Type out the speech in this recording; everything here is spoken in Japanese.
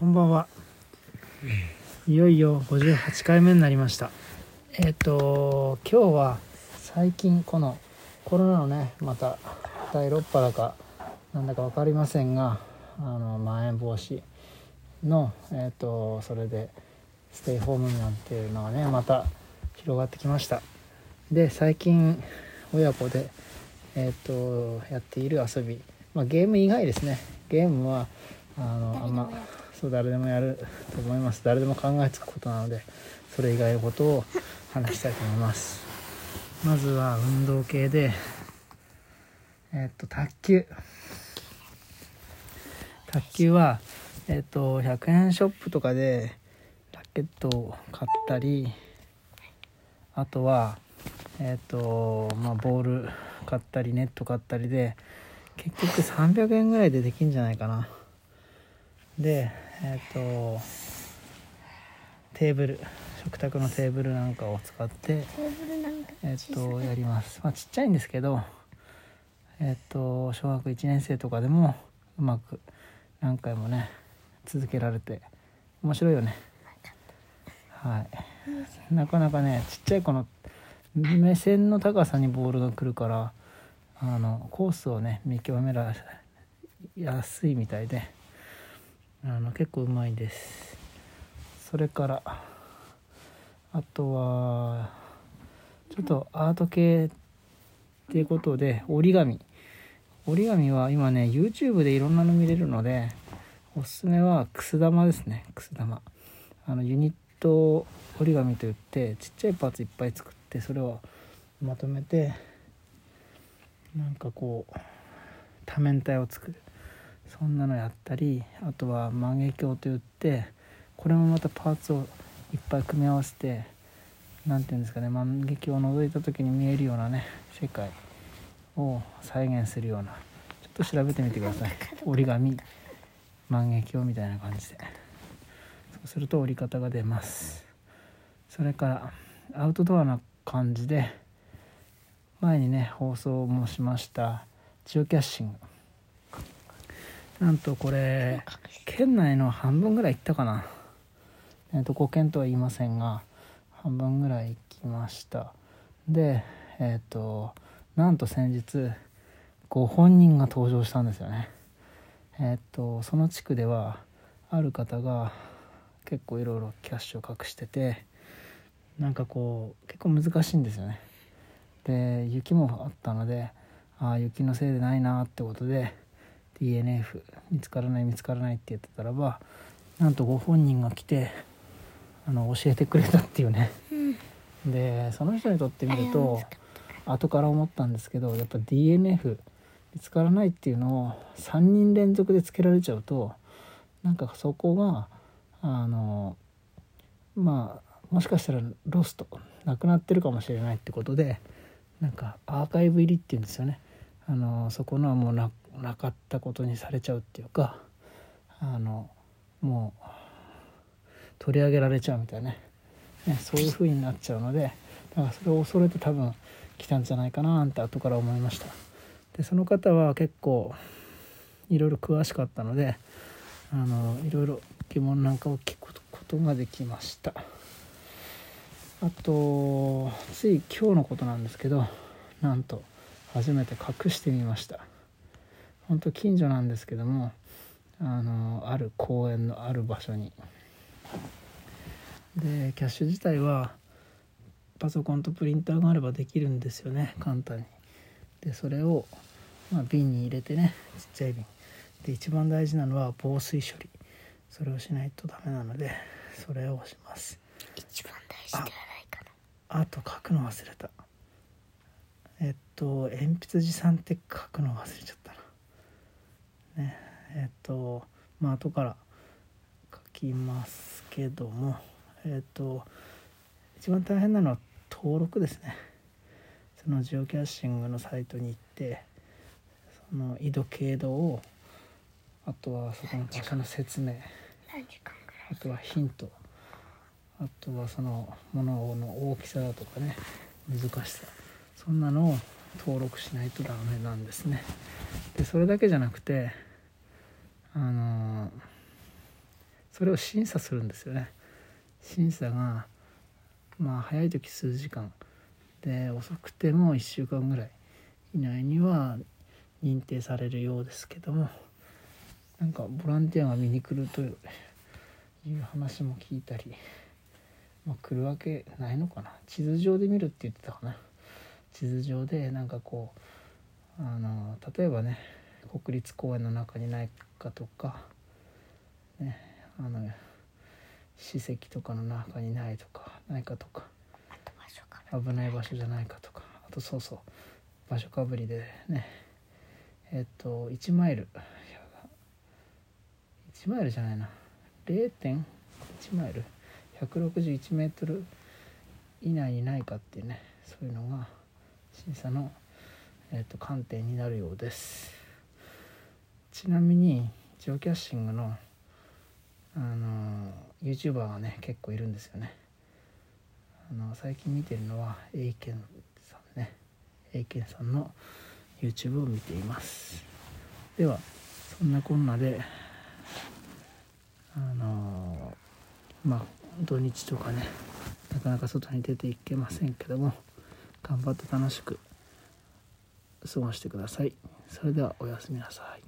こんばんは。いよいよ58回目になりました。今日は最近このコロナのね、また第6波だかなんだか分かりませんが、まん延防止のそれでステイホームなんていうのがね、また広がってきました。で、最近親子でやっている遊び、ゲーム以外ですね。ゲームはあんま誰でもやると思います。誰でも考えつくことなので、それ以外のことを話したいと思います。まずは運動系で、卓球は100円ショップとかでラケットを買ったり、あとはボール買ったりネット買ったりで結局300円ぐらいでできるんじゃないかな。で食卓のテーブルなんかを使ってやります。ちっちゃいんですけど小学1年生とかでもうまく何回もね続けられて面白いよね。はい、なかなかね、ちっちゃい子の目線の高さにボールが来るからコースをね見極めやすいみたいで結構うまいです。それからあとはちょっとアート系っていうことで折り紙は今ね YouTube でいろんなの見れるので、おすすめはくす玉ですね。くす玉ユニット折り紙といってちっちゃいパーツいっぱい作って、それをまとめてなんかこう多面体を作る、そんなのやったり、あとは万華鏡といって、これもまたパーツをいっぱい組み合わせて、なんていうんですかね、万華鏡を覗いた時に見えるようなね世界を再現するような、ちょっと調べてみてください。折り紙万華鏡みたいな感じで、そうすると折り方が出ます。それからアウトドアな感じで、前にね放送もしましたジオキャッシング、なんとこれ県内の半分ぐらい行ったかな。どこ県とは言いませんが半分ぐらい行きました。でなんと先日ご本人が登場したんですよね。その地区ではある方が結構いろいろキャッシュを隠してて、なんかこう結構難しいんですよね。で雪もあったので、雪のせいでないなってことで DNF 見つからないって言ってたらば、なんとご本人が来て教えてくれたっていうね、でその人にとってみると後から思ったんですけど、やっぱ DNF 見つからないっていうのを3人連続でつけられちゃうと、なんかそこがもしかしたらロストなくなってるかもしれないってことで、なんかアーカイブ入りっていうんですよね。そこのはもう なかったことにされちゃうっていうか、もう取り上げられちゃうみたいなね、そういう風になっちゃうので、だからそれを恐れて多分来たんじゃないかななんて後から思いました。でその方は結構いろいろ詳しかったので、いろいろ疑問なんかを聞くことができました。あとつい今日のことなんですけど、なんと初めて隠してみました。本当近所なんですけども、ある公園のある場所に、でキャッシュ自体はパソコンとプリンターがあればできるんですよね、簡単に。でそれを、瓶に入れてね、ちっちゃい瓶で、一番大事なのは防水処理、それをしないとダメなのでそれをします。 一番大事ではないかなあと書くの忘れた。鉛筆持参って書くの忘れちゃったなね。後から書きますけども、一番大変なのは登録ですね。そのジオキャッシングのサイトに行って、その緯度経度を、あとはそこの場所の説明、あとはヒント、あとはそのものの大きさだとかね、難しさ、そんなのを登録しないとダメなんですね。でそれだけじゃなくてそれを審査するんですよね。審査が早い時数時間で、遅くても1週間ぐらい以内には認定されるようですけども、なんかボランティアが見に来るという話も聞いたり、来るわけないのかな。地図上で見るって言ってたかな。地図上でなんかこう例えばね、国立公園の中にないかとかね、史跡とかの中にないかとか、危ない場所じゃないかとか、あと場所かぶりでね、1マイルじゃないな、0.1 マイル161メートル以内にないかっていうね、そういうのが審査の、観点になるようです。ちなみにジオキャッシングのYouTuber がね結構いるんですよね。最近見てるのはエイケンさんの YouTube を見ています。ではそんなこんなで土日とかね、なかなか外に出ていけませんけども、頑張って楽しく過ごしてください。それではおやすみなさい。